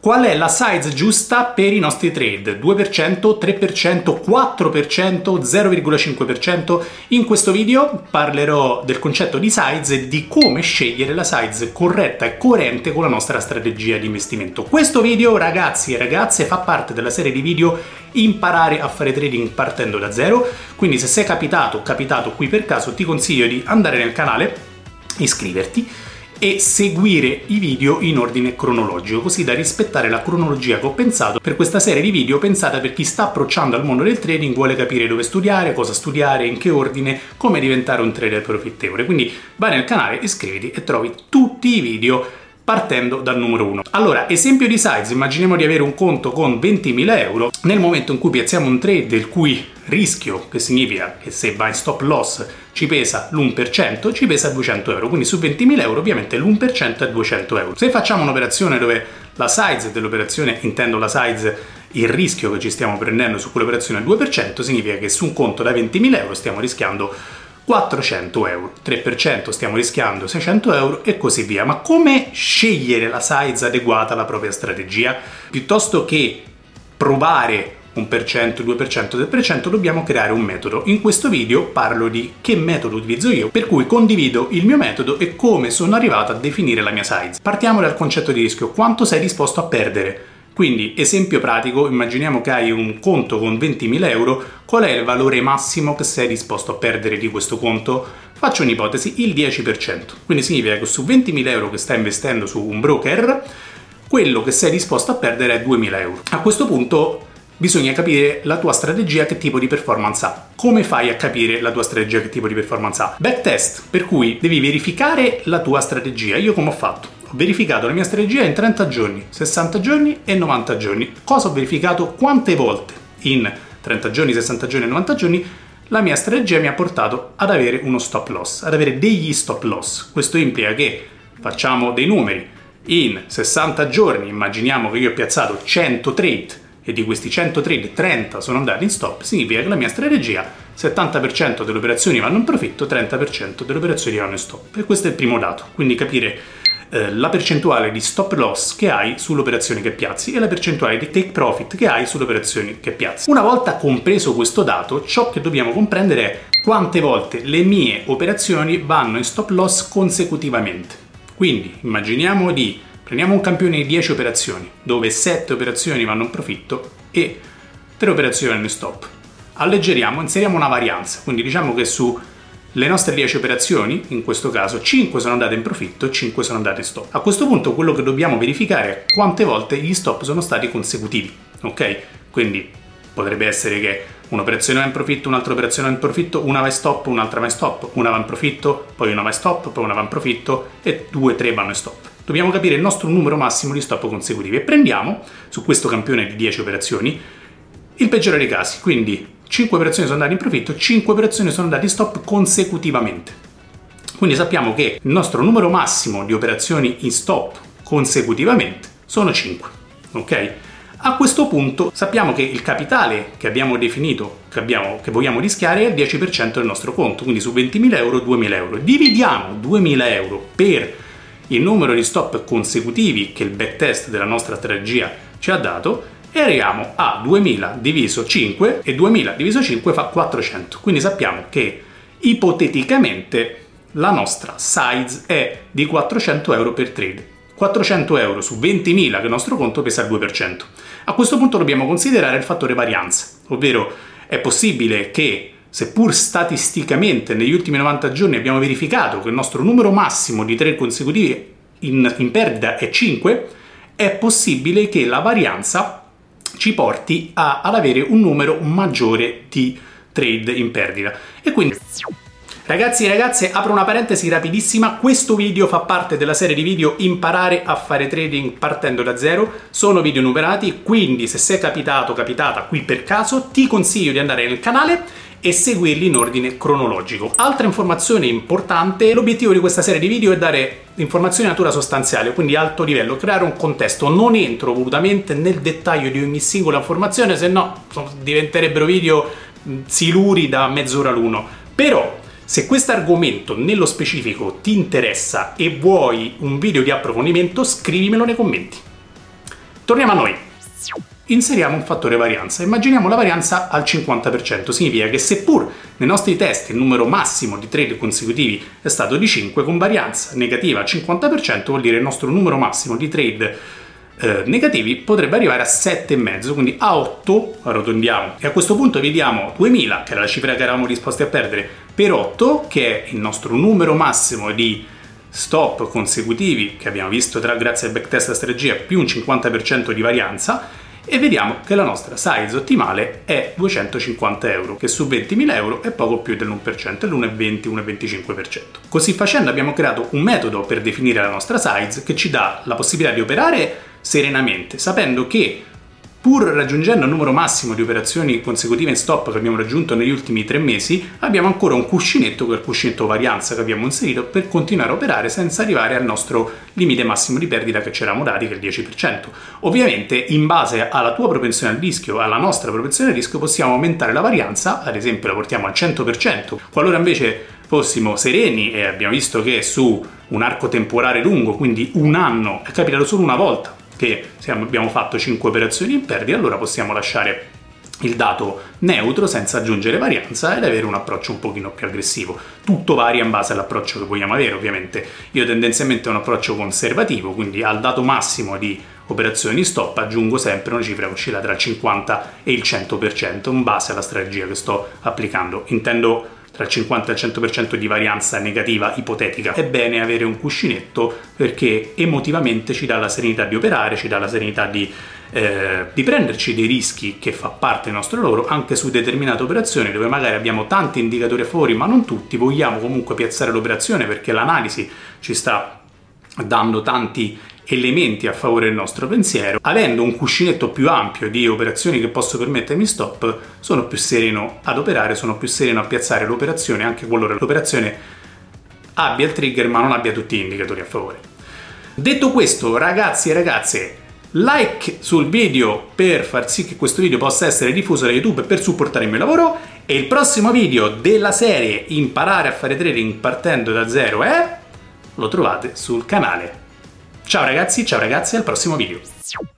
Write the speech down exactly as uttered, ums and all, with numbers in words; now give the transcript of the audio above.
Qual è la size giusta per i nostri trade? due per cento, tre per cento, quattro per cento, zero virgola cinque per cento? In questo video parlerò del concetto di size e di come scegliere la size corretta e coerente con la nostra strategia di investimento. Questo video, ragazzi e ragazze, fa parte della serie di video Imparare a fare trading partendo da zero, quindi se sei capitato o capitato qui per caso ti consiglio di andare nel canale, iscriverti e seguire i video in ordine cronologico, così da rispettare la cronologia che ho pensato per questa serie di video pensata per chi sta approcciando al mondo del trading, vuole capire dove studiare, cosa studiare, in che ordine, come diventare un trader profittevole. Quindi vai nel canale, iscriviti e trovi tutti i video partendo dal numero uno. Allora, esempio di size, immaginiamo di avere un conto con ventimila euro, nel momento in cui piazziamo un trade il cui rischio, che significa che se va in stop loss ci pesa l'uno per cento, ci pesa duecento euro, quindi su ventimila euro ovviamente l'uno per cento è duecento euro. Se facciamo un'operazione dove la size dell'operazione, intendo la size, il rischio che ci stiamo prendendo su quell'operazione è due per cento, significa che su un conto da ventimila euro stiamo rischiando quattrocento euro, tre per cento stiamo rischiando seicento euro e così via. Ma come scegliere la size adeguata alla propria strategia? Piuttosto che provare un per cento, due per cento, tre per cento, dobbiamo creare un metodo. In questo video parlo di che metodo utilizzo io, per cui condivido il mio metodo e come sono arrivato a definire la mia size. Partiamo dal concetto di rischio: quanto sei disposto a perdere? Quindi, esempio pratico, immaginiamo che hai un conto con ventimila euro, qual è il valore massimo che sei disposto a perdere di questo conto? Faccio un'ipotesi, il dieci per cento. Quindi significa che su ventimila euro che stai investendo su un broker, quello che sei disposto a perdere è duemila euro. A questo punto bisogna capire la tua strategia che tipo di performance ha. Come fai a capire la tua strategia che tipo di performance ha? Backtest, per cui devi verificare la tua strategia. Io come ho fatto? Ho verificato la mia strategia in trenta giorni, sessanta giorni e novanta giorni. Cosa ho verificato? Quante volte in trenta giorni, sessanta giorni e novanta giorni la mia strategia mi ha portato ad avere uno stop loss, ad avere degli stop loss. Questo implica che facciamo dei numeri. In sessanta giorni immaginiamo che io ho piazzato cento trade e di questi cento trade trenta sono andati in stop, significa che la mia strategia settanta per cento delle operazioni vanno in profitto, trenta per cento delle operazioni vanno in stop. E questo è il primo dato, quindi capire eh, la percentuale di stop loss che hai sull'operazione che piazzi e la percentuale di take profit che hai sulle operazioni che piazzi. Una volta compreso questo dato, ciò che dobbiamo comprendere è quante volte le mie operazioni vanno in stop loss consecutivamente. Quindi immaginiamo di prendiamo un campione di dieci operazioni, dove sette operazioni vanno in profitto e tre operazioni vanno in stop. Alleggeriamo, inseriamo una varianza, quindi diciamo che su le nostre dieci operazioni, in questo caso, cinque sono andate in profitto e cinque sono andate in stop. A questo punto quello che dobbiamo verificare è quante volte gli stop sono stati consecutivi, ok? Quindi potrebbe essere che un'operazione va in profitto, un'altra operazione va in profitto, una va in stop, un'altra va in stop, una va in profitto, poi una va in stop, poi una va in profitto e due, tre vanno in stop. Dobbiamo capire il nostro numero massimo di stop consecutivi e prendiamo, su questo campione di dieci operazioni, il peggiore dei casi. Quindi cinque operazioni sono andate in profitto, cinque operazioni sono andate in stop consecutivamente. Quindi sappiamo che il nostro numero massimo di operazioni in stop consecutivamente sono cinque. Ok? A questo punto sappiamo che il capitale che abbiamo definito, che, abbiamo, che vogliamo rischiare, è il dieci per cento del nostro conto. Quindi su ventimila euro, duemila euro. Dividiamo duemila euro per il numero di stop consecutivi che il backtest della nostra strategia ci ha dato e arriviamo a duemila diviso cinque e duemila diviso cinque fa quattrocento. Quindi sappiamo che ipoteticamente la nostra size è di quattrocento euro per trade. quattrocento euro su ventimila che il nostro conto pesa il due per cento. A questo punto dobbiamo considerare il fattore varianza, ovvero è possibile che seppur statisticamente negli ultimi novanta giorni abbiamo verificato che il nostro numero massimo di trade consecutivi in, in perdita è cinque, è possibile che la varianza ci porti a, ad avere un numero maggiore di trade in perdita. E quindi, ragazzi e ragazze, apro una parentesi rapidissima, questo video fa parte della serie di video Imparare a fare trading partendo da zero, sono video numerati, quindi se sei capitato o capitata qui per caso ti consiglio di andare nel canale e seguirli in ordine cronologico. Altra informazione importante: l'obiettivo di questa serie di video è dare informazioni di natura sostanziale, quindi alto livello, creare un contesto. Non entro volutamente nel dettaglio di ogni singola informazione, se no diventerebbero video siluri da mezz'ora l'uno. Però se questo argomento nello specifico ti interessa e vuoi un video di approfondimento, scrivimelo nei commenti. Torniamo a noi. Inseriamo un fattore varianza. Immaginiamo la varianza al cinquanta per cento. Significa che seppur nei nostri test il numero massimo di trade consecutivi è stato di cinque, con varianza negativa al cinquanta per cento vuol dire che il nostro numero massimo di trade eh, negativi potrebbe arrivare a sette virgola cinque, quindi a otto arrotondiamo. E a questo punto vediamo duemila, che era la cifra che eravamo disposti a perdere, per otto, che è il nostro numero massimo di stop consecutivi che abbiamo visto tra, grazie al backtest a strategia, più un cinquanta per cento di varianza, e vediamo che la nostra size ottimale è duecentocinquanta euro, che su ventimila euro è poco più dell'uno per cento, è l'uno virgola venti uno virgola venticinque per cento. Così facendo abbiamo creato un metodo per definire la nostra size che ci dà la possibilità di operare serenamente, sapendo che pur raggiungendo il numero massimo di operazioni consecutive in stop che abbiamo raggiunto negli ultimi tre mesi, abbiamo ancora un cuscinetto, quel cuscinetto varianza che abbiamo inserito, per continuare a operare senza arrivare al nostro limite massimo di perdita che ci eravamo dati, che è il dieci per cento. Ovviamente, in base alla tua propensione al rischio, alla nostra propensione al rischio, possiamo aumentare la varianza, ad esempio la portiamo al cento per cento. Qualora invece fossimo sereni, e abbiamo visto che su un arco temporale lungo, quindi un anno, è capitato solo una volta che abbiamo fatto cinque operazioni in perdita, allora possiamo lasciare il dato neutro senza aggiungere varianza ed avere un approccio un pochino più aggressivo. Tutto varia in base all'approccio che vogliamo avere, ovviamente. Io tendenzialmente ho un approccio conservativo, quindi al dato massimo di operazioni stop aggiungo sempre una cifra che oscilla tra il cinquanta e il cento per cento in base alla strategia che sto applicando. Intendo tra il cinquanta e il cento per cento di varianza negativa ipotetica. È bene avere un cuscinetto perché emotivamente ci dà la serenità di operare, ci dà la serenità di, eh, di prenderci dei rischi che fa parte del nostro lavoro anche su determinate operazioni dove magari abbiamo tanti indicatori a favore ma non tutti, vogliamo comunque piazzare l'operazione perché l'analisi ci sta dando tanti elementi a favore del nostro pensiero. Avendo un cuscinetto più ampio di operazioni che posso permettermi stop, sono più sereno ad operare, sono più sereno a piazzare l'operazione anche qualora l'operazione abbia il trigger ma non abbia tutti gli indicatori a favore. Detto questo, ragazzi e ragazze, like sul video per far sì che questo video possa essere diffuso da YouTube e per supportare il mio lavoro, e il prossimo video della serie Imparare a fare trading partendo da zero è... lo trovate sul canale. Ciao ragazzi, ciao ragazzi, al prossimo video.